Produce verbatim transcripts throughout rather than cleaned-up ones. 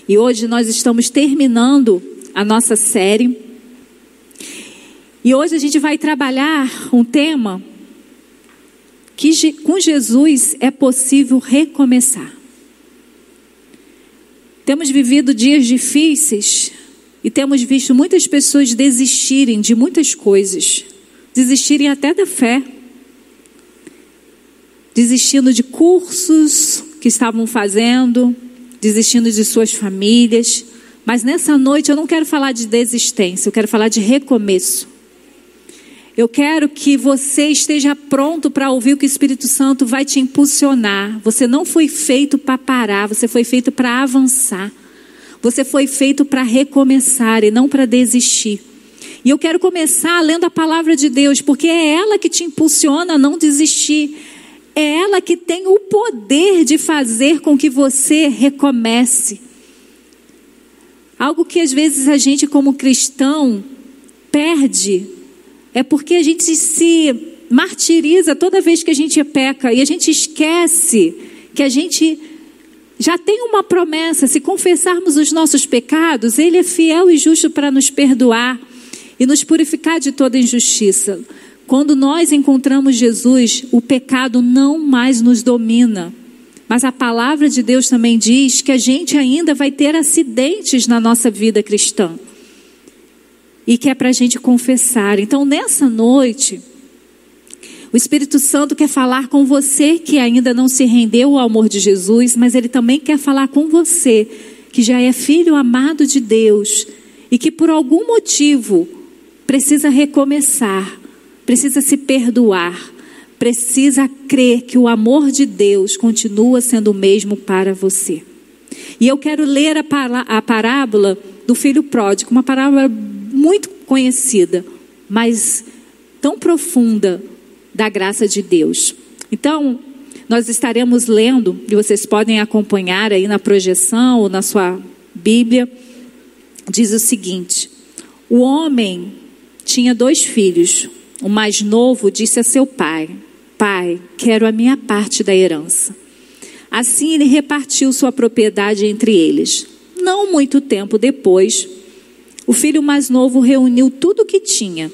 E hoje nós estamos terminando a nossa série. E hoje a gente vai trabalhar um tema que com Jesus é possível recomeçar. Temos vivido dias difíceis e temos visto muitas pessoas desistirem de muitas coisas, desistirem até da fé, desistindo de cursos que estavam fazendo, desistindo de suas famílias. Mas nessa noite eu não quero falar de desistência, eu quero falar de recomeço. Eu quero que você esteja pronto para ouvir o que o Espírito Santo vai te impulsionar. Você não foi feito para parar, você foi feito para avançar. Você foi feito para recomeçar e não para desistir. E eu quero começar lendo a palavra de Deus, porque é ela que te impulsiona a não desistir. É ela que tem o poder de fazer com que você recomece. Algo que às vezes a gente como cristão perde. É porque a gente se martiriza toda vez que a gente peca. E a gente esquece que a gente já tem uma promessa. Se confessarmos os nossos pecados, Ele é fiel e justo para nos perdoar e nos purificar de toda injustiça. Quando nós encontramos Jesus, o pecado não mais nos domina. Mas a palavra de Deus também diz que a gente ainda vai ter acidentes na nossa vida cristã. E que é para a gente confessar. Então, nessa noite, o Espírito Santo quer falar com você que ainda não se rendeu ao amor de Jesus, mas Ele também quer falar com você que já é filho amado de Deus e que por algum motivo precisa recomeçar, precisa se perdoar, precisa crer que o amor de Deus continua sendo o mesmo para você. E eu quero ler a, pará- a parábola do filho pródigo, uma parábola muito conhecida, mas tão profunda da graça de Deus. Então, nós estaremos lendo, e vocês podem acompanhar aí na projeção ou na sua Bíblia, diz o seguinte: o homem tinha dois filhos. O mais novo disse a seu pai: Pai, quero a minha parte da herança. Assim ele repartiu sua propriedade entre eles. Não muito tempo depois, o filho mais novo reuniu tudo o que tinha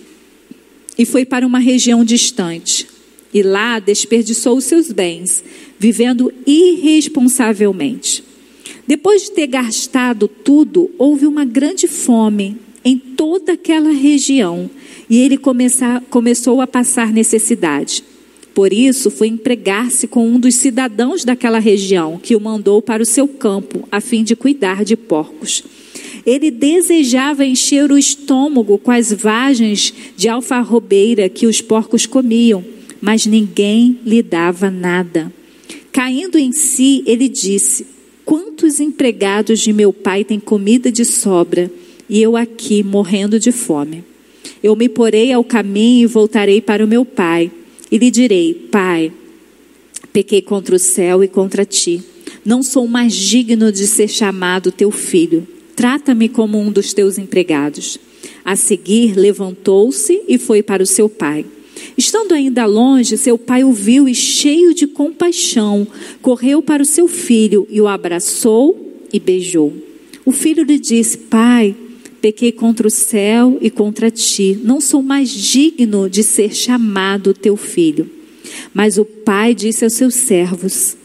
e foi para uma região distante. E lá desperdiçou os seus bens, vivendo irresponsavelmente. Depois de ter gastado tudo, houve uma grande fome em toda aquela região e ele começa, começou a passar necessidade. Por isso, foi empregar-se com um dos cidadãos daquela região, que o mandou para o seu campo, a fim de cuidar de porcos. Ele desejava encher o estômago com as vagens de alfarrobeira que os porcos comiam, mas ninguém lhe dava nada. Caindo em si, ele disse: quantos empregados de meu pai têm comida de sobra, e eu aqui morrendo de fome? Eu me porei ao caminho e voltarei para o meu pai, e lhe direi: Pai, pequei contra o céu e contra ti. Não sou mais digno de ser chamado teu filho. Trata-me como um dos teus empregados. A seguir, levantou-se e foi para o seu pai. Estando ainda longe, seu pai o viu e, cheio de compaixão, correu para o seu filho e o abraçou e beijou. O filho lhe disse: Pai, pequei contra o céu e contra ti. Não sou mais digno de ser chamado teu filho. Mas o pai disse aos seus servos: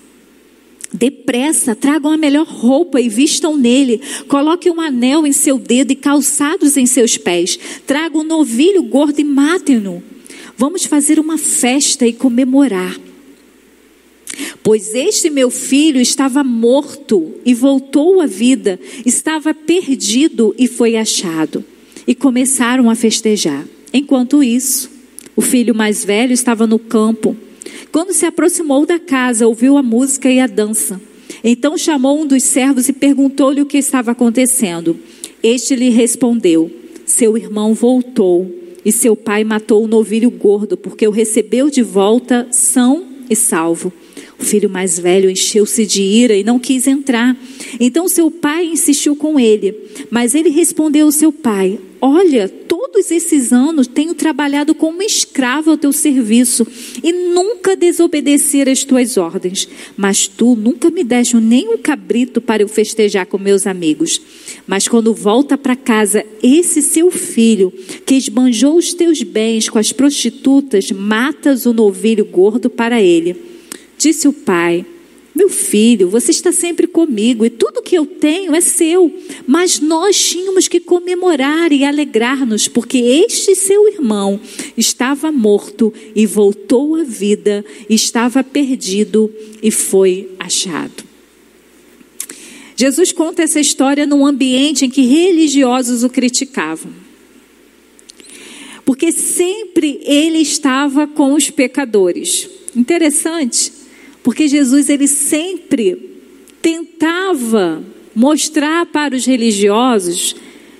depressa, tragam a melhor roupa e vistam nele. Coloquem um anel em seu dedo e calçados em seus pés. Tragam um novilho gordo e matem-no. Vamos fazer uma festa e comemorar. Pois este meu filho estava morto e voltou à vida. Estava perdido e foi achado. E começaram a festejar. Enquanto isso, o filho mais velho estava no campo. Quando se aproximou da casa, ouviu a música e a dança. Então chamou um dos servos e perguntou-lhe o que estava acontecendo. Este lhe respondeu: seu irmão voltou e seu pai matou o novilho gordo, porque o recebeu de volta são e salvo. O filho mais velho encheu-se de ira e não quis entrar. Então seu pai insistiu com ele, mas ele respondeu ao seu pai: olha, todo todos esses anos tenho trabalhado como escravo ao teu serviço e nunca desobedeci às tuas ordens. Mas tu nunca me deste nem um cabrito para eu festejar com meus amigos. Mas quando volta para casa esse seu filho, que esbanjou os teus bens com as prostitutas, matas o novilho gordo para ele. Disse o pai: meu filho, você está sempre comigo e tudo que eu tenho é seu. Mas nós tínhamos que comemorar e alegrar-nos, porque este seu irmão estava morto e voltou à vida, estava perdido e foi achado. Jesus conta essa história num ambiente em que religiosos o criticavam. Porque sempre ele estava com os pecadores. Interessante. Porque Jesus, ele sempre tentava mostrar para os religiosos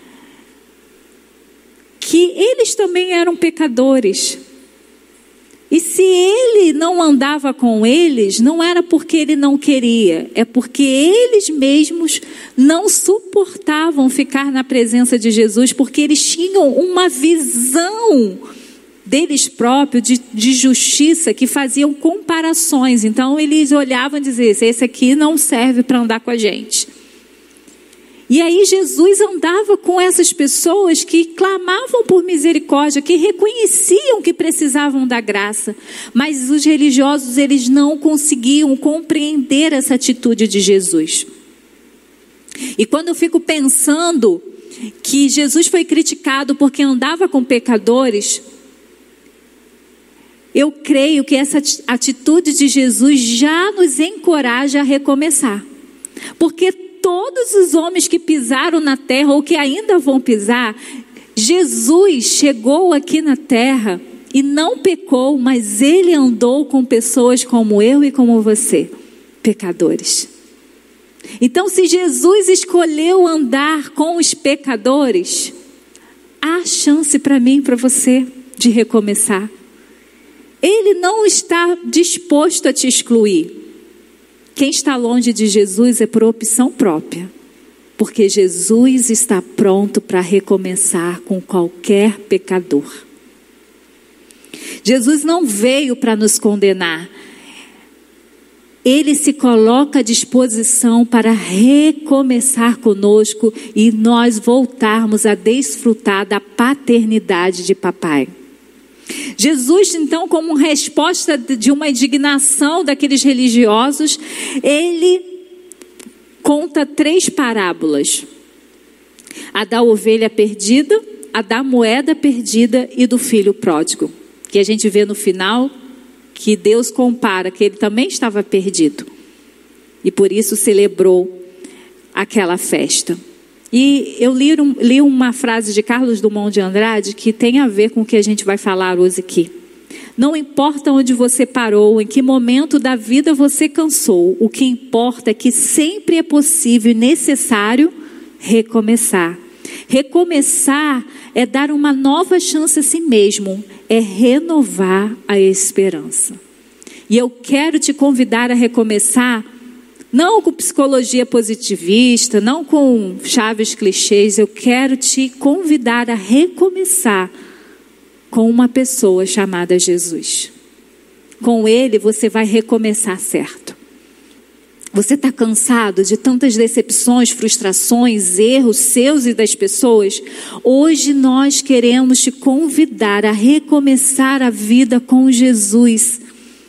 que eles também eram pecadores. E se ele não andava com eles, não era porque ele não queria, é porque eles mesmos não suportavam ficar na presença de Jesus, porque eles tinham uma visão deles próprios, de, de justiça, que faziam comparações. Então eles olhavam e diziam: esse aqui não serve para andar com a gente. E aí Jesus andava com essas pessoas que clamavam por misericórdia, que reconheciam que precisavam da graça. Mas os religiosos, eles não conseguiam compreender essa atitude de Jesus. E quando eu fico pensando que Jesus foi criticado porque andava com pecadores, eu creio que essa atitude de Jesus já nos encoraja a recomeçar. Porque todos os homens que pisaram na terra ou que ainda vão pisar, Jesus chegou aqui na terra e não pecou, mas ele andou com pessoas como eu e como você, pecadores. Então, se Jesus escolheu andar com os pecadores, há chance para mim e para você de recomeçar. Ele não está disposto a te excluir. Quem está longe de Jesus é por opção própria. Porque Jesus está pronto para recomeçar com qualquer pecador. Jesus não veio para nos condenar. Ele se coloca à disposição para recomeçar conosco e nós voltarmos a desfrutar da paternidade de papai. Jesus, então, como resposta de uma indignação daqueles religiosos, ele conta três parábolas: a da ovelha perdida, a da moeda perdida e do filho pródigo, que a gente vê no final que Deus compara que ele também estava perdido e por isso celebrou aquela festa. E eu li, li uma frase de Carlos Drummond de Andrade que tem a ver com o que a gente vai falar hoje aqui. Não importa onde você parou, em que momento da vida você cansou, o que importa é que sempre é possível e necessário recomeçar. Recomeçar é dar uma nova chance a si mesmo, é renovar a esperança. E eu quero te convidar a recomeçar, não com psicologia positivista, não com chaves clichês. Eu quero te convidar a recomeçar com uma pessoa chamada Jesus. Com ele você vai recomeçar certo. Você está cansado de tantas decepções, frustrações, erros seus e das pessoas? Hoje nós queremos te convidar a recomeçar a vida com Jesus.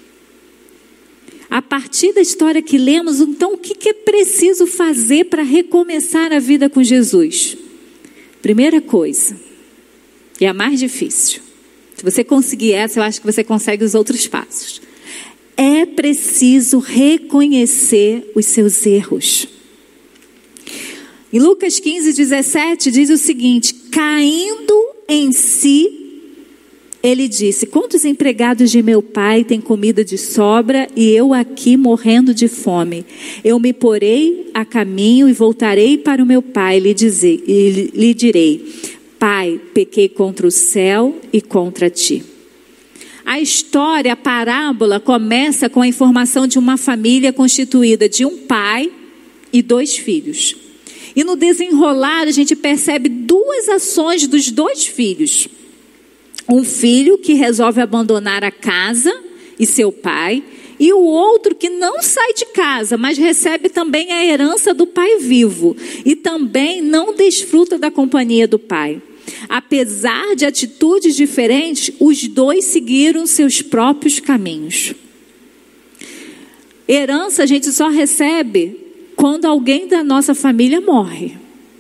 A partir da história que lemos, então, o que é preciso fazer para recomeçar a vida com Jesus? Primeira coisa, e a mais difícil. Se você conseguir essa, eu acho que você consegue os outros passos. É preciso reconhecer os seus erros. Em Lucas quinze, dezessete, diz o seguinte: caindo em si, ele disse: quantos empregados de meu pai têm comida de sobra e eu aqui morrendo de fome? Eu me porei a caminho e voltarei para o meu pai e lhe, dizer, e lhe direi: pai, pequei contra o céu e contra ti. A história, a parábola, começa com a informação de uma família constituída de um pai e dois filhos. E no desenrolar a gente percebe duas duas ações dos dois filhos. Um filho que resolve abandonar a casa e seu pai, e o outro que não sai de casa, mas recebe também a herança do pai vivo, e também não desfruta da companhia do pai. Apesar de atitudes diferentes, os dois seguiram seus próprios caminhos. Herança a gente só recebe quando alguém da nossa família morre.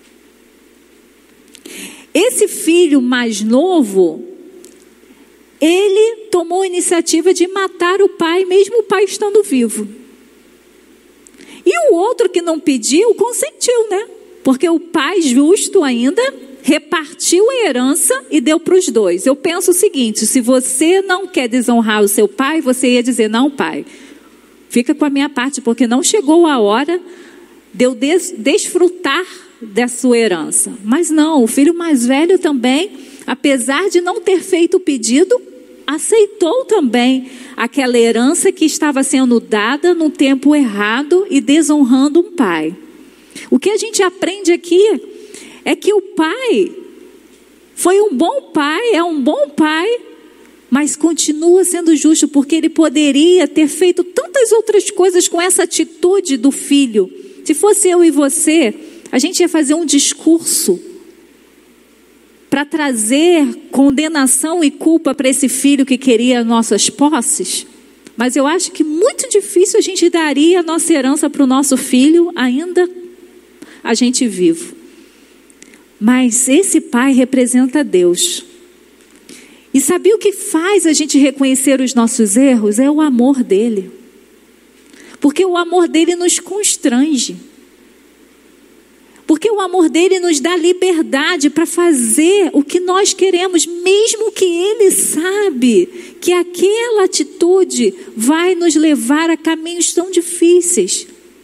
Esse filho mais novo, ele tomou a iniciativa de matar o pai, mesmo o pai estando vivo. E o outro que não pediu, consentiu, né? Porque o pai justo ainda repartiu a herança e deu para os dois. Eu penso o seguinte: se você não quer desonrar o seu pai, você ia dizer: não, pai, fica com a minha parte, porque não chegou a hora de eu des- desfrutar da sua herança. Mas não, o filho mais velho também, apesar de não ter feito o pedido, aceitou também aquela herança que estava sendo dada no tempo errado e desonrando um pai. O que a gente aprende aqui é que o pai foi um bom pai, é um bom pai, mas continua sendo justo, porque ele poderia ter feito tantas outras coisas com essa atitude do filho. Se fosse eu e você, a gente ia fazer um discurso para trazer condenação e culpa para esse filho que queria nossas posses. Mas eu acho que muito difícil a gente daria a nossa herança para o nosso filho, ainda a gente vivo. Mas esse pai representa Deus. E sabia o que faz a gente reconhecer os nossos erros? É o amor dele. Porque o amor dele nos constrange. Porque o amor dele nos dá liberdade para fazer o que nós queremos, mesmo que ele sabe que aquela atitude vai nos levar a caminhos tão difíceis.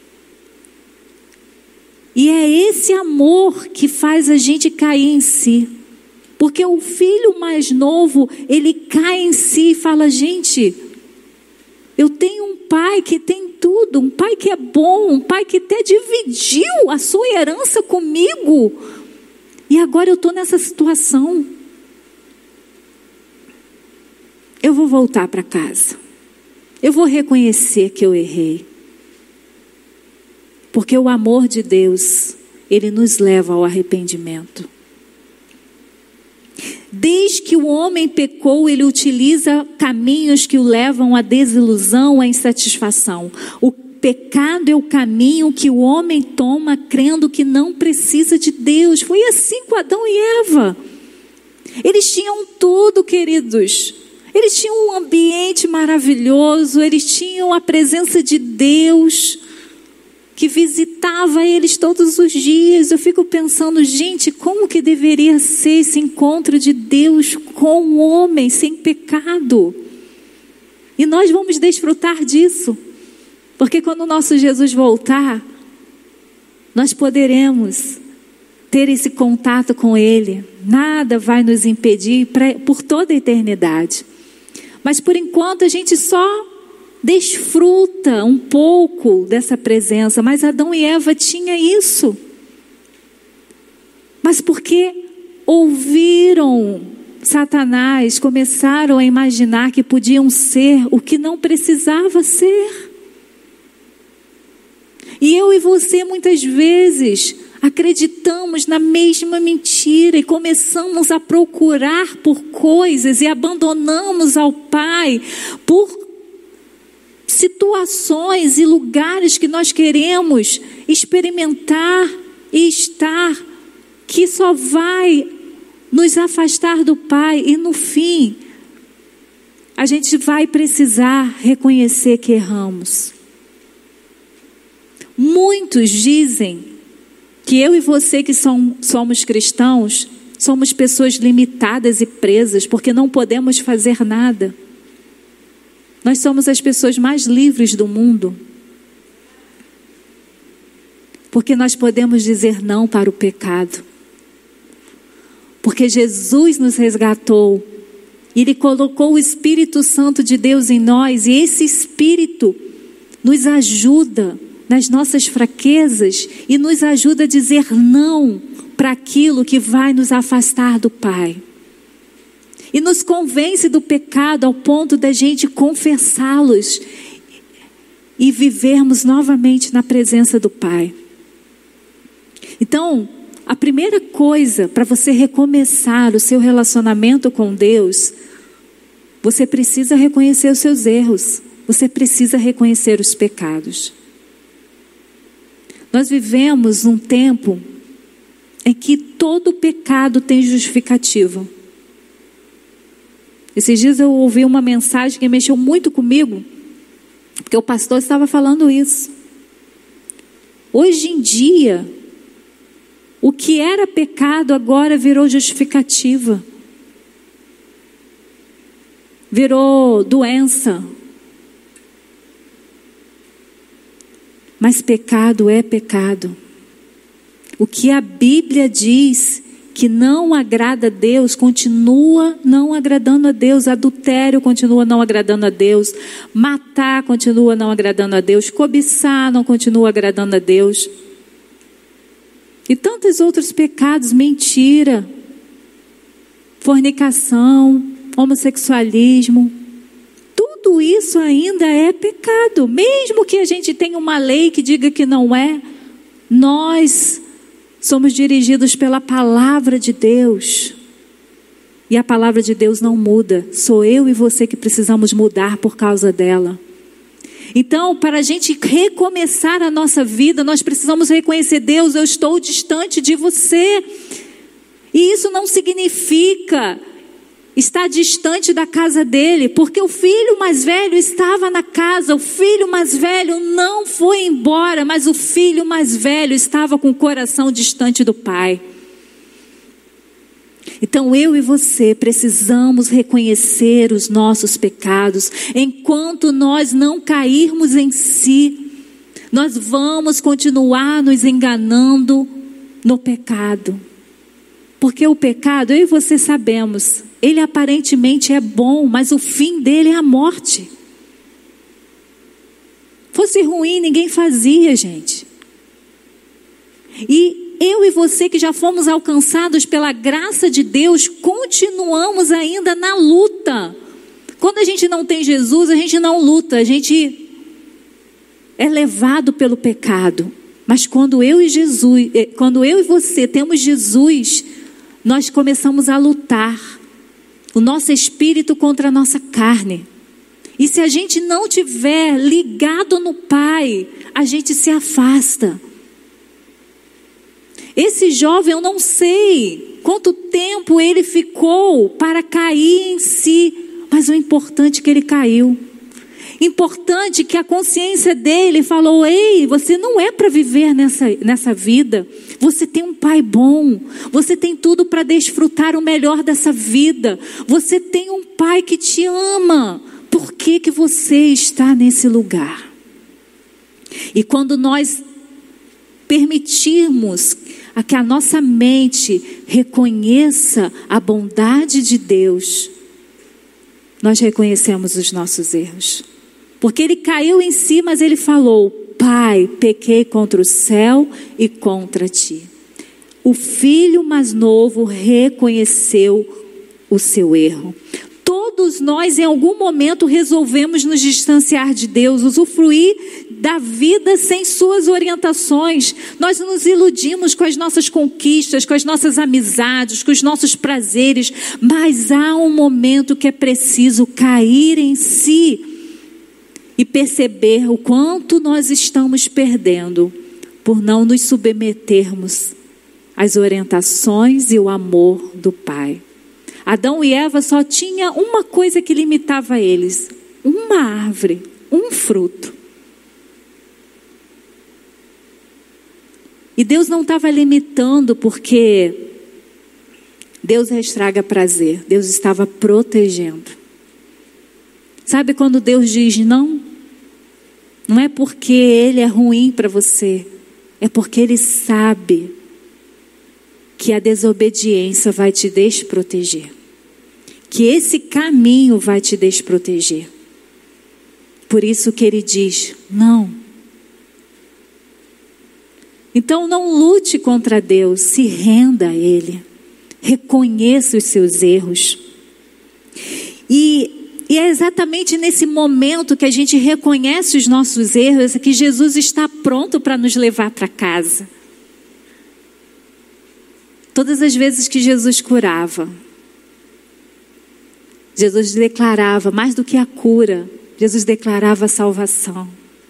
E é esse amor que faz a gente cair em si. Porque o filho mais novo, ele cai em si e fala: gente, eu tenho um pai que tem tudo, um pai que é bom, um pai que até dividiu a sua herança comigo. E agora eu estou nessa situação. Eu vou voltar para casa. Eu vou reconhecer que eu errei. Porque o amor de Deus, ele nos leva ao arrependimento. Desde que o homem pecou, ele utiliza caminhos que o levam à desilusão, à insatisfação. O pecado é o caminho que o homem toma crendo que não precisa de Deus. Foi assim com Adão e Eva. Eles tinham tudo, queridos. Eles tinham um ambiente maravilhoso, eles tinham a presença de Deus que visitava eles todos os dias. Eu fico pensando, gente, como que deveria ser esse encontro de Deus com o homem sem pecado? E nós vamos desfrutar disso, porque quando o nosso Jesus voltar, nós poderemos ter esse contato com Ele. Nada vai nos impedir pra, por toda a eternidade. Mas por enquanto a gente só desfruta um pouco dessa presença. Mas Adão e Eva tinham isso. Mas porque ouviram Satanás, começaram a imaginar que podiam ser o que não precisava ser. E eu e você muitas vezes acreditamos na mesma mentira e começamos a procurar por coisas e abandonamos ao Pai por situações e lugares que nós queremos experimentar e estar, que só vai nos afastar do Pai. E no fim, a gente vai precisar reconhecer que erramos. Muitos dizem que eu e você que somos cristãos, somos pessoas limitadas e presas, porque não podemos fazer nada. Nós somos as pessoas mais livres do mundo, porque nós podemos dizer não para o pecado. Porque Jesus nos resgatou, Ele colocou o Espírito Santo de Deus em nós, e esse Espírito nos ajuda nas nossas fraquezas e nos ajuda a dizer não para aquilo que vai nos afastar do Pai. E nos convence do pecado ao ponto da gente confessá-los e vivermos novamente na presença do Pai. Então, a primeira coisa para você recomeçar o seu relacionamento com Deus, você precisa reconhecer os seus erros. Você precisa reconhecer os pecados. Nós vivemos num tempo em que todo pecado tem justificativa. Esses dias eu ouvi uma mensagem que mexeu muito comigo, porque o pastor estava falando isso. Hoje em dia, o que era pecado agora virou justificativa. Virou doença. Mas pecado é pecado. O que a Bíblia diz que não agrada a Deus, continua não agradando a Deus. Adultério continua não agradando a Deus. Matar continua não agradando a Deus. Cobiçar não continua agradando a Deus. E tantos outros pecados, mentira, fornicação, homossexualismo. Tudo isso ainda é pecado. Mesmo que a gente tenha uma lei que diga que não é, nós somos dirigidos pela palavra de Deus. E a palavra de Deus não muda. Sou eu e você que precisamos mudar por causa dela. Então, para a gente recomeçar a nossa vida, nós precisamos reconhecer: Deus, eu estou distante de você. E isso não significa estar distante da casa dele, porque o filho mais velho estava na casa. O filho mais velho não foi embora, mas o filho mais velho estava com o coração distante do pai. Então eu e você precisamos reconhecer os nossos pecados. Enquanto nós não cairmos em si, nós vamos continuar nos enganando no pecado. Porque o pecado, eu e você sabemos, ele aparentemente é bom, mas o fim dele é a morte. Fosse ruim, ninguém fazia, gente. E eu e você que já fomos alcançados pela graça de Deus, continuamos ainda na luta. Quando a gente não tem Jesus, a gente não luta, a gente é levado pelo pecado. Mas quando eu e Jesus, quando eu e você temos Jesus, nós começamos a lutar. O nosso espírito contra a nossa carne. E se a gente não tiver ligado no Pai, a gente se afasta. Esse jovem, eu não sei quanto tempo ele ficou para cair em si, mas o importante é que ele caiu. Importante que a consciência dele falou: ei, você não é para viver nessa, nessa vida. Você tem um pai bom. Você tem tudo para desfrutar o melhor dessa vida. Você tem um pai que te ama. Por que que você está nesse lugar? E quando nós permitirmos a que a nossa mente reconheça a bondade de Deus, nós reconhecemos os nossos erros. Porque ele caiu em si, mas ele falou: Pai, pequei contra o céu e contra ti. O filho mais novo reconheceu o seu erro. Todos nós em algum momento resolvemos nos distanciar de Deus, usufruir da vida sem suas orientações. Nós nos iludimos com as nossas conquistas, com as nossas amizades, com os nossos prazeres, mas há um momento que é preciso cair em si e perceber o quanto nós estamos perdendo por não nos submetermos às orientações e o amor do Pai. Adão e Eva só tinham uma coisa que limitava eles: uma árvore, um fruto. E Deus não estava limitando porque Deus estraga prazer. Deus estava protegendo. Sabe quando Deus diz não? Não é porque Ele é ruim para você. É porque Ele sabe que a desobediência vai te desproteger. Que esse caminho vai te desproteger. Por isso que Ele diz: não. Então não lute contra Deus, se renda a Ele. Reconheça os seus erros. E, e é exatamente nesse momento que a gente reconhece os nossos erros que Jesus está pronto para nos levar para casa. Todas as vezes que Jesus curava, Jesus declarava, mais do que a cura, Jesus declarava a salvação.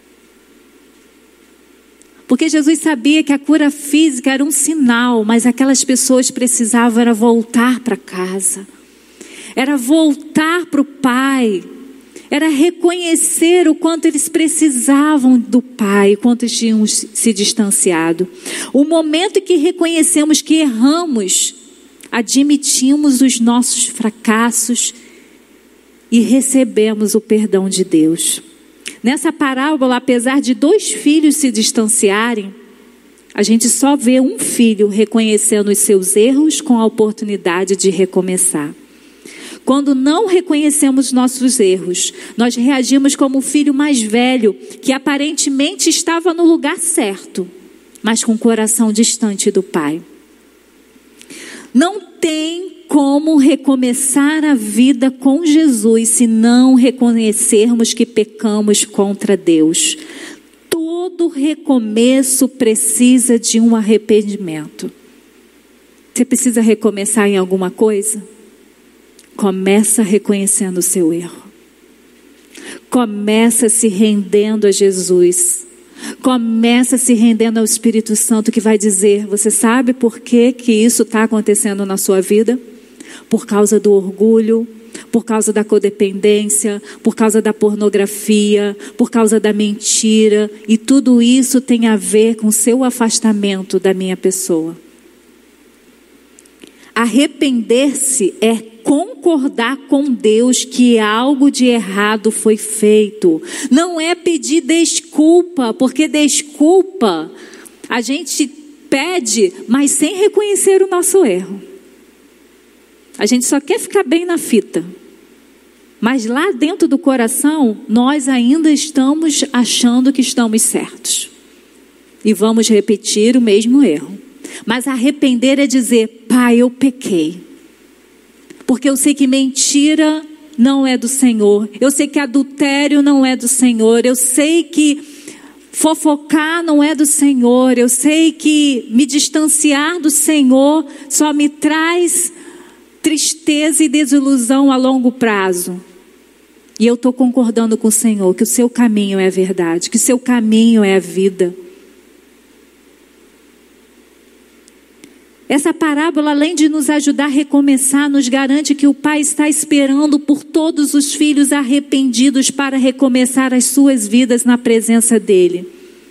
Porque Jesus sabia que a cura física era um sinal, mas aquelas pessoas precisavam era voltar para casa. Era voltar para o Pai. Era reconhecer o quanto eles precisavam do Pai, o quanto eles tinham se distanciado. O momento em que reconhecemos que erramos, admitimos os nossos fracassos e recebemos o perdão de Deus. Nessa parábola, apesar de dois filhos se distanciarem, a gente só vê um filho reconhecendo os seus erros com a oportunidade de recomeçar. Quando não reconhecemos nossos erros, nós reagimos como o filho mais velho, que aparentemente estava no lugar certo, mas com o coração distante do Pai. Não tem como recomeçar a vida com Jesus se não reconhecermos que pecamos contra Deus. Todo recomeço precisa de um arrependimento. Você precisa recomeçar em alguma coisa? Começa reconhecendo o seu erro. Começa se rendendo a Jesus. Começa se rendendo ao Espírito Santo, que vai dizer: você sabe por que que isso está acontecendo na sua vida? Por causa do orgulho, por causa da codependência, por causa da pornografia, por causa da mentira. E tudo isso tem a ver com o seu afastamento da minha pessoa. Arrepender-se é concordar com Deus que algo de errado foi feito. Não é pedir desculpa, porque desculpa a gente pede, mas sem reconhecer o nosso erro. A gente só quer ficar bem na fita. Mas lá dentro do coração, nós ainda estamos achando que estamos certos. E vamos repetir o mesmo erro. Mas arrepender é dizer: Pai, eu pequei. Porque eu sei que mentira não é do Senhor. Eu sei que adultério não é do Senhor. Eu sei que fofocar não é do Senhor. Eu sei que me distanciar do Senhor só me traz tristeza e desilusão a longo prazo. E eu estou concordando com o Senhor que o seu caminho é a verdade, que o seu caminho é a vida. Essa parábola, além de nos ajudar a recomeçar, nos garante que o Pai está esperando por todos os filhos arrependidos para recomeçar as suas vidas na presença dEle.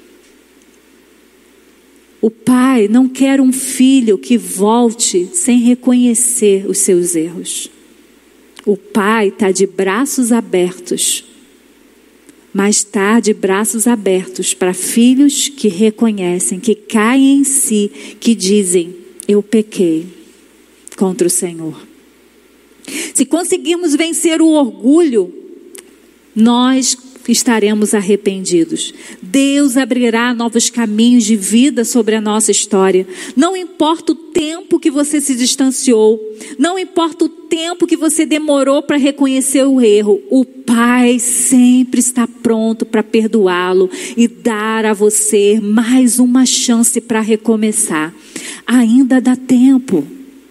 O Pai não quer um filho que volte sem reconhecer os seus erros. O Pai está de braços abertos, mas está de braços abertos para filhos que reconhecem, que caem em si, que dizem: eu pequei contra o Senhor. Se conseguirmos vencer o orgulho, nós estaremos arrependidos. Deus abrirá novos caminhos de vida sobre a nossa história. Não importa o tempo que você se distanciou, não importa o tempo que você demorou para reconhecer o erro, o Pai sempre está pronto para perdoá-lo e dar a você mais uma chance para recomeçar. Ainda dá tempo.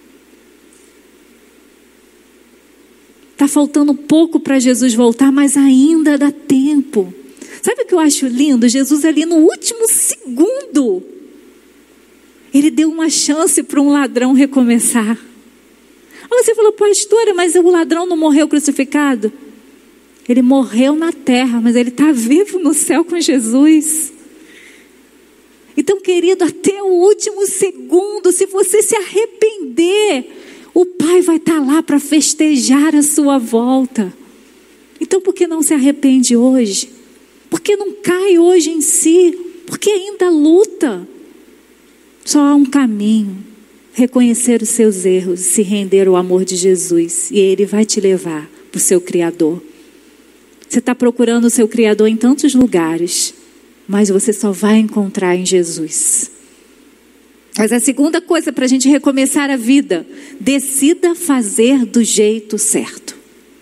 Está faltando pouco para Jesus voltar, mas ainda dá tempo. Sabe o que eu acho lindo? Jesus ali no último segundo, Ele deu uma chance para um ladrão recomeçar. Aí você falou: pastora, mas o ladrão não morreu crucificado? Ele morreu na terra, mas ele está vivo no céu com Jesus. Então, querido, até o último segundo, se você se arrepender, o Pai vai estar lá para festejar a sua volta. Então, por que não se arrepende hoje? Por que não cai hoje em si? Por que ainda luta? Só há um caminho: reconhecer os seus erros, se render ao amor de Jesus. E Ele vai te levar para o seu Criador. Você está procurando o seu Criador em tantos lugares, mas você só vai encontrar em Jesus. Mas a segunda coisa para a gente recomeçar a vida: decida fazer do jeito certo.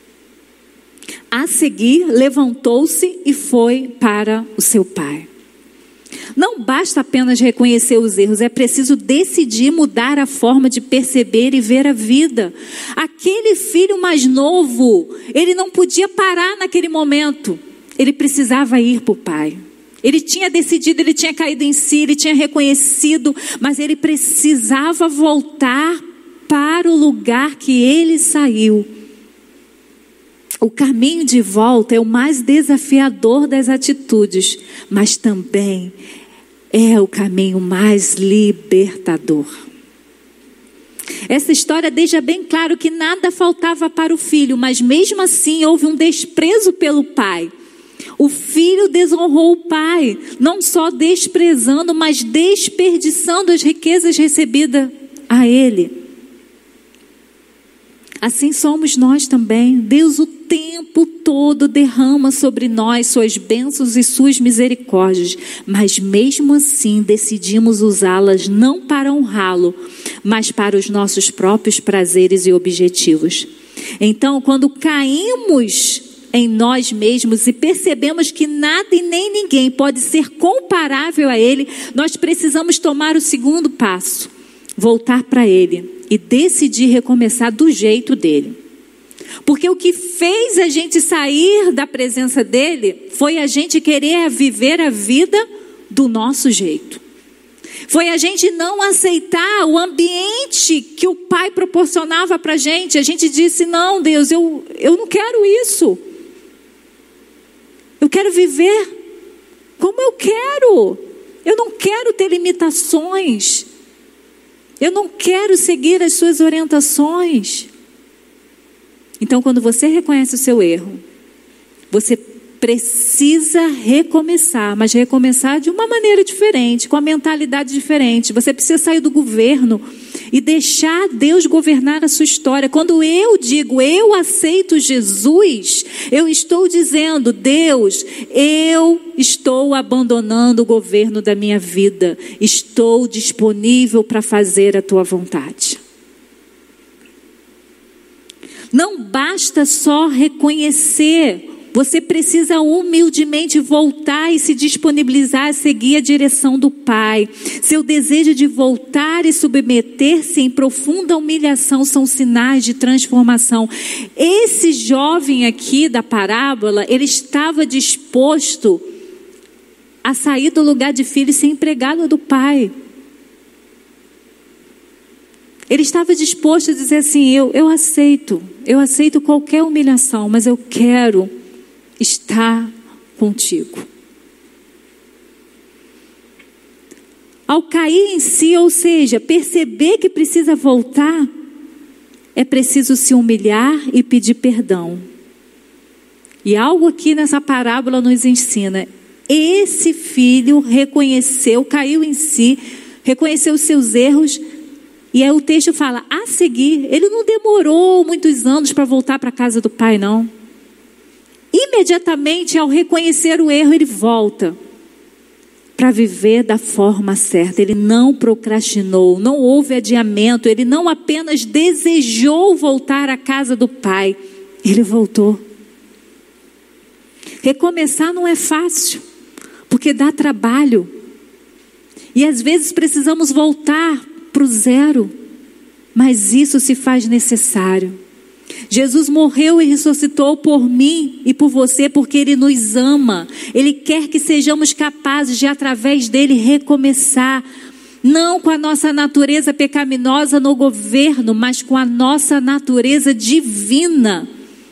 A seguir, levantou-se e foi para o seu pai. Não basta apenas reconhecer os erros, é preciso decidir mudar a forma de perceber e ver a vida. Aquele filho mais novo, ele não podia parar naquele momento. Ele precisava ir para o pai. Ele tinha decidido, ele tinha caído em si, ele tinha reconhecido, mas ele precisava voltar para o lugar que ele saiu. O caminho de volta é o mais desafiador das atitudes, mas também é o caminho mais libertador. Essa história deixa bem claro que nada faltava para o filho, mas mesmo assim houve um desprezo pelo pai. O filho desonrou o pai, não só desprezando, mas desperdiçando as riquezas recebidas a ele. Assim somos nós também. Deus o tempo todo derrama sobre nós suas bênçãos e suas misericórdias, mas mesmo assim decidimos usá-las não para honrá-lo, mas para os nossos próprios prazeres e objetivos. Então, quando caímos em nós mesmos e percebemos que nada e nem ninguém pode ser comparável a ele, nós precisamos tomar o segundo passo: voltar para ele e decidir recomeçar do jeito dele. Porque o que fez a gente sair da presença dele foi a gente querer viver a vida do nosso jeito. Foi a gente não aceitar o ambiente que o pai proporcionava para a gente. A gente disse: não, Deus, eu, eu não quero isso. Eu quero viver como eu quero. Eu não quero ter limitações. Eu não quero seguir as suas orientações. Então, quando você reconhece o seu erro, você precisa recomeçar, mas recomeçar de uma maneira diferente, com a mentalidade diferente. Você precisa sair do governo e deixar Deus governar a sua história. Quando eu digo, eu aceito Jesus, eu estou dizendo: Deus, eu estou abandonando o governo da minha vida. Estou disponível para fazer a tua vontade. Não basta só reconhecer. Você precisa humildemente voltar e se disponibilizar a seguir a direção do Pai. Seu desejo de voltar e submeter-se em profunda humilhação são sinais de transformação. Esse jovem aqui da parábola, ele estava disposto a sair do lugar de filho e ser empregado do pai. Ele estava disposto a dizer assim: eu, eu aceito, eu aceito qualquer humilhação, mas eu quero estar contigo. Ao cair em si, ou seja, perceber que precisa voltar, é preciso se humilhar e pedir perdão. E algo aqui nessa parábola nos ensina: esse filho reconheceu, caiu em si, reconheceu os seus erros. E aí o texto fala, a seguir, ele não demorou muitos anos para voltar para a casa do pai, não. Imediatamente, ao reconhecer o erro, ele volta para viver da forma certa. Ele não procrastinou, não houve adiamento, ele não apenas desejou voltar à casa do pai, ele voltou. Recomeçar não é fácil, porque dá trabalho. E às vezes precisamos voltar para o zero, mas isso se faz necessário. Jesus morreu e ressuscitou por mim e por você, porque Ele nos ama. Ele quer que sejamos capazes de, através dele, recomeçar. Não com a nossa natureza pecaminosa no governo, mas com a nossa natureza divina.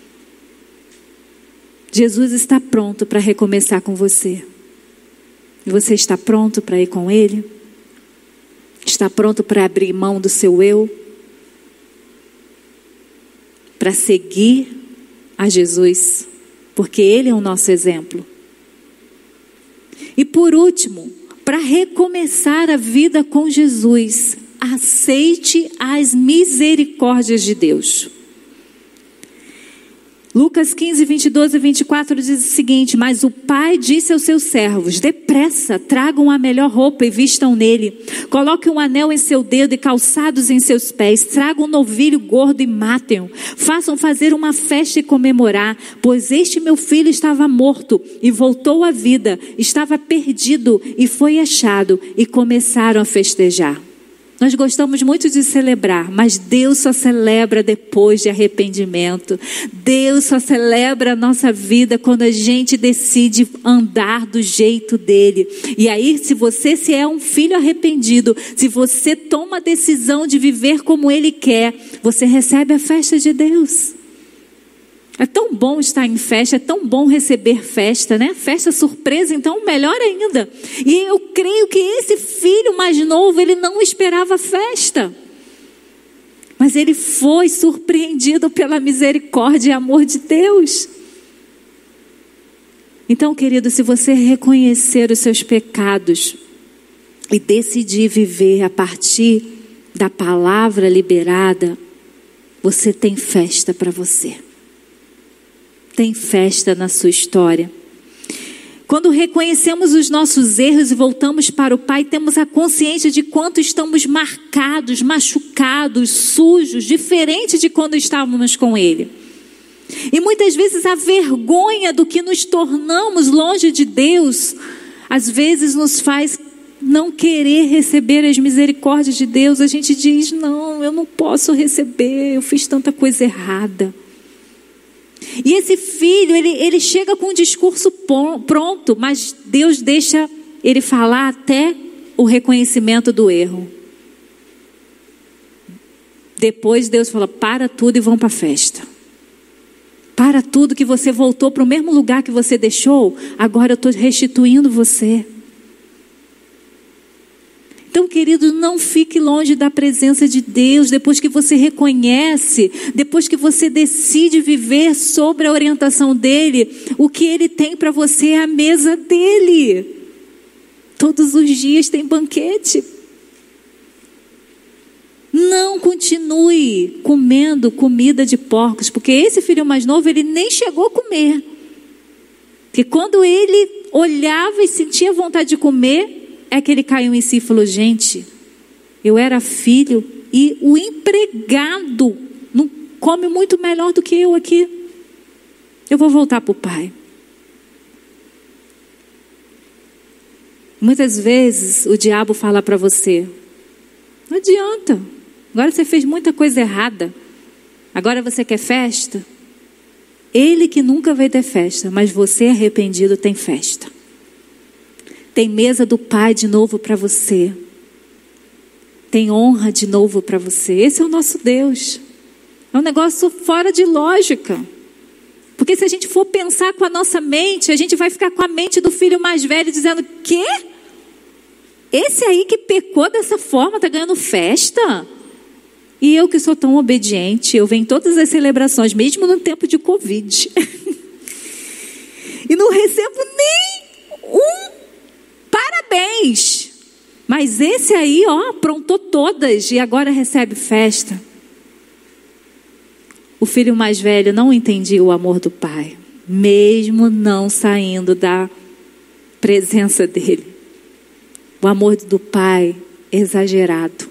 Jesus está pronto para recomeçar com você. E você está pronto para ir com Ele? Está pronto para abrir mão do seu eu? Para seguir a Jesus? Porque Ele é o nosso exemplo. E por último, para recomeçar a vida com Jesus, aceite as misericórdias de Deus. Lucas quinze, vinte e dois e vinte e quatro diz o seguinte: mas o pai disse aos seus servos: depressa, tragam a melhor roupa e vistam nele. Coloquem um anel em seu dedo e calçados em seus pés. Tragam um novilho gordo e matem-o. Façam fazer uma festa e comemorar, pois este meu filho estava morto e voltou à vida. Estava perdido e foi achado. E começaram a festejar. Nós gostamos muito de celebrar, mas Deus só celebra depois de arrependimento. Deus só celebra a nossa vida quando a gente decide andar do jeito dele. E aí, se você se é um filho arrependido, se você toma a decisão de viver como ele quer, você recebe a festa de Deus. É tão bom estar em festa, é tão bom receber festa, né? Festa surpresa, então melhor ainda. E eu creio que esse filho mais novo, ele não esperava festa. Mas ele foi surpreendido pela misericórdia e amor de Deus. Então, querido, se você reconhecer os seus pecados e decidir viver a partir da palavra liberada, você tem festa para você. Tem festa na sua história. Quando reconhecemos os nossos erros e voltamos para o Pai, temos a consciência de quanto estamos marcados, machucados, sujos, diferente de quando estávamos com Ele. E muitas vezes a vergonha do que nos tornamos longe de Deus, às vezes nos faz não querer receber as misericórdias de Deus. A gente diz: não, eu não posso receber, eu fiz tanta coisa errada. E esse filho, ele, ele chega com um discurso pronto, mas Deus deixa ele falar até o reconhecimento do erro. Depois Deus fala: para tudo e vão para a festa. Para tudo, que você voltou para o mesmo lugar que você deixou, agora eu estou restituindo você. Então, querido, não fique longe da presença de Deus. Depois que você reconhece, depois que você decide viver sobre a orientação dele, o que ele tem para você é a mesa dele. Todos os dias tem banquete. Não continue comendo comida de porcos, porque esse filho mais novo, ele nem chegou a comer. Porque quando ele olhava e sentia vontade de comer, é que ele caiu em si e falou: gente, eu era filho e o empregado não come muito melhor do que eu aqui. Eu vou voltar para o pai. Muitas vezes o diabo fala para você: não adianta, agora você fez muita coisa errada, agora você quer festa. Ele que nunca vai ter festa, mas você arrependido tem festa. Tem mesa do Pai de novo para você. Tem honra de novo para você. Esse é o nosso Deus. É um negócio fora de lógica. Porque se a gente for pensar com a nossa mente, a gente vai ficar com a mente do filho mais velho dizendo: quê? Esse aí que pecou dessa forma está ganhando festa? E eu que sou tão obediente, eu venho em todas as celebrações, mesmo no tempo de Covid. E não recebo nem um parabéns. Mas esse aí, ó, aprontou todas e agora recebe festa. O filho mais velho não entendia o amor do pai, mesmo não saindo da presença dele. O amor do pai exagerado.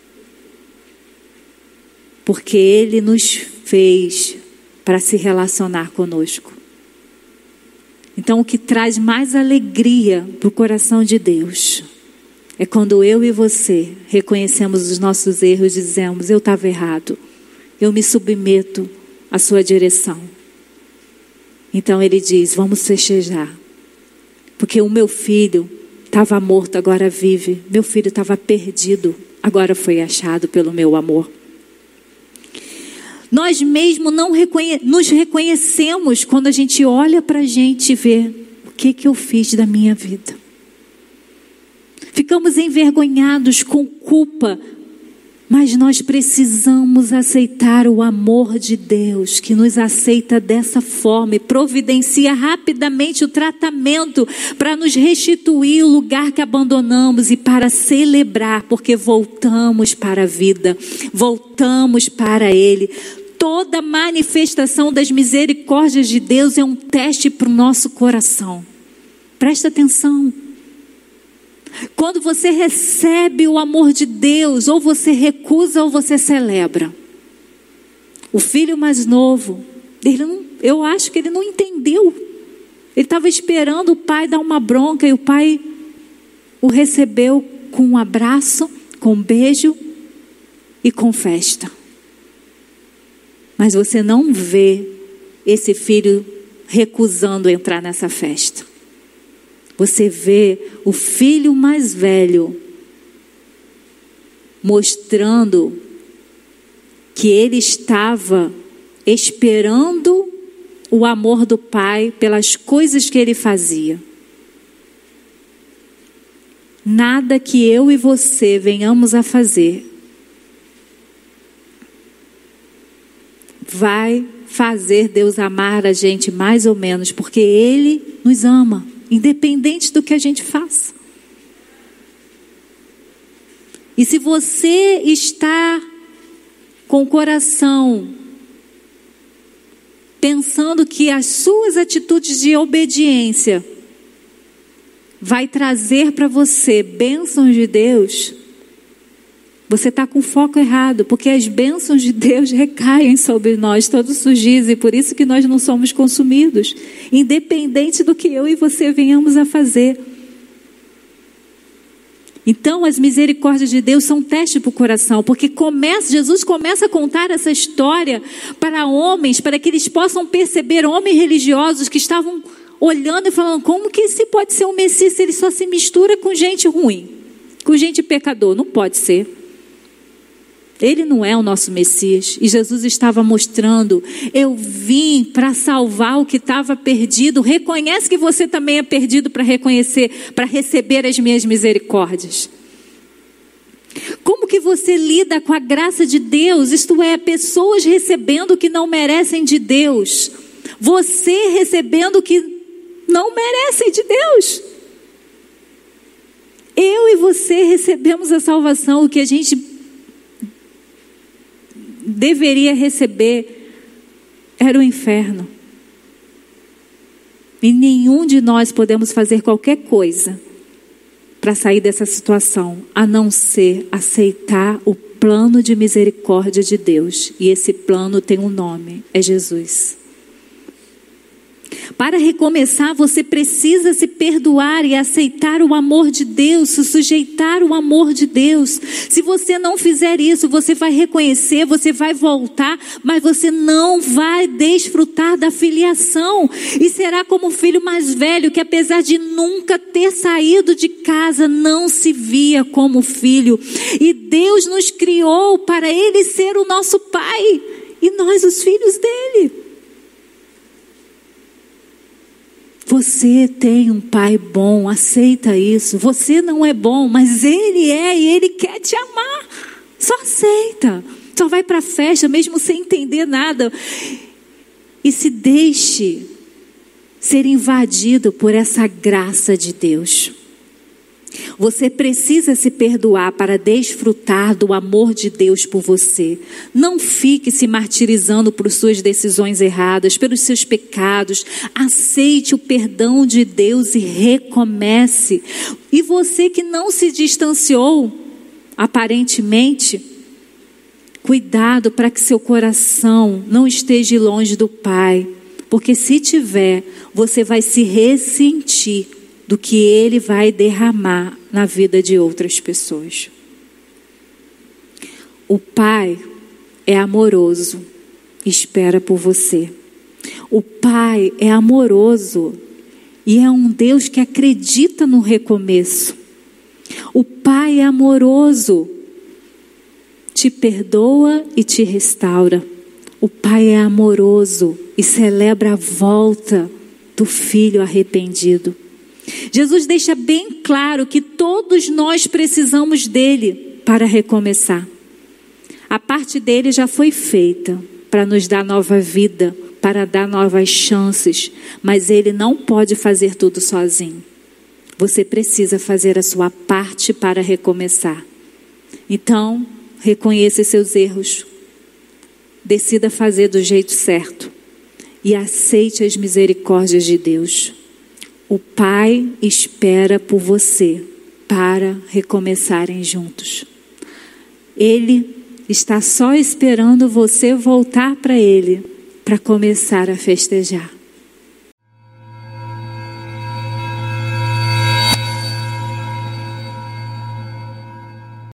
Porque ele nos fez para se relacionar conosco. Então, o que traz mais alegria para o coração de Deus é quando eu e você reconhecemos os nossos erros e dizemos: eu estava errado, eu me submeto à sua direção. Então ele diz: vamos festejar, porque o meu filho estava morto, agora vive. Meu filho estava perdido, agora foi achado pelo meu amor. Nós mesmos não reconhe- nos reconhecemos quando a gente olha para a gente e vê: o que, que eu fiz da minha vida? Ficamos envergonhados, com culpa, mas nós precisamos aceitar o amor de Deus, que nos aceita dessa forma e providencia rapidamente o tratamento para nos restituir o lugar que abandonamos e para celebrar, porque voltamos para a vida, voltamos para Ele. Toda manifestação das misericórdias de Deus é um teste para o nosso coração. Presta atenção. Quando você recebe o amor de Deus, ou você recusa ou você celebra. O filho mais novo, ele não, eu acho que ele não entendeu. Ele estava esperando o pai dar uma bronca e o pai o recebeu com um abraço, com um beijo e com festa. Mas você não vê esse filho recusando entrar nessa festa. Você vê o filho mais velho mostrando que ele estava esperando o amor do pai pelas coisas que ele fazia. Nada que eu e você venhamos a fazer vai fazer Deus amar a gente mais ou menos, porque Ele nos ama, independente do que a gente faça. E se você está com o coração pensando que as suas atitudes de obediência vai trazer para você bênçãos de Deus, você está com o foco errado, porque as bênçãos de Deus recaem sobre nós todos os dias, e por isso que nós não somos consumidos, independente do que eu e você venhamos a fazer. Então as misericórdias de Deus são teste para o coração, porque começa, Jesus começa a contar essa história para homens, para que eles possam perceber, homens religiosos que estavam olhando e falando, como que esse pode ser um Messias se ele só se mistura com gente ruim, com gente pecador? Não pode ser. Ele não é o nosso Messias. E Jesus estava mostrando, eu vim para salvar o que estava perdido. Reconhece que você também é perdido para reconhecer, para receber as minhas misericórdias. Como que você lida com a graça de Deus? Isto é, pessoas recebendo o que não merecem de Deus. Você recebendo o que não merecem de Deus. Eu e você recebemos a salvação, o que a gente deveria receber era o inferno. E nenhum de nós podemos fazer qualquer coisa para sair dessa situação, a não ser aceitar o plano de misericórdia de Deus. E esse plano tem um nome, é Jesus. Para recomeçar, você precisa se perdoar e aceitar o amor de Deus, se sujeitar ao amor de Deus. Se você não fizer isso, você vai reconhecer, você vai voltar, mas você não vai desfrutar da filiação. E será como o filho mais velho, que apesar de nunca ter saído de casa, não se via como filho. E Deus nos criou para Ele ser o nosso Pai, e nós os filhos dEle. Você tem um pai bom, aceita isso. Você não é bom, mas Ele é e Ele quer te amar. Só aceita. Só vai para a festa mesmo sem entender nada. E se deixe ser invadido por essa graça de Deus. Você precisa se perdoar para desfrutar do amor de Deus por você. Não fique se martirizando por suas decisões erradas, pelos seus pecados. Aceite o perdão de Deus e recomece. E você que não se distanciou, aparentemente, cuidado para que seu coração não esteja longe do Pai. Porque se tiver, você vai se ressentir do que Ele vai derramar na vida de outras pessoas. O Pai é amoroso, espera por você. O Pai é amoroso e é um Deus que acredita no recomeço. O Pai é amoroso, te perdoa e te restaura. O Pai é amoroso e celebra a volta do filho arrependido. Jesus deixa bem claro que todos nós precisamos dele para recomeçar. A parte dele já foi feita para nos dar nova vida, para dar novas chances, mas ele não pode fazer tudo sozinho. Você precisa fazer a sua parte para recomeçar. Então, reconheça seus erros. decida fazer do jeito certo e aceite as misericórdias de Deus. O Pai espera por você para recomeçarem juntos. Ele está só esperando você voltar para Ele para começar a festejar.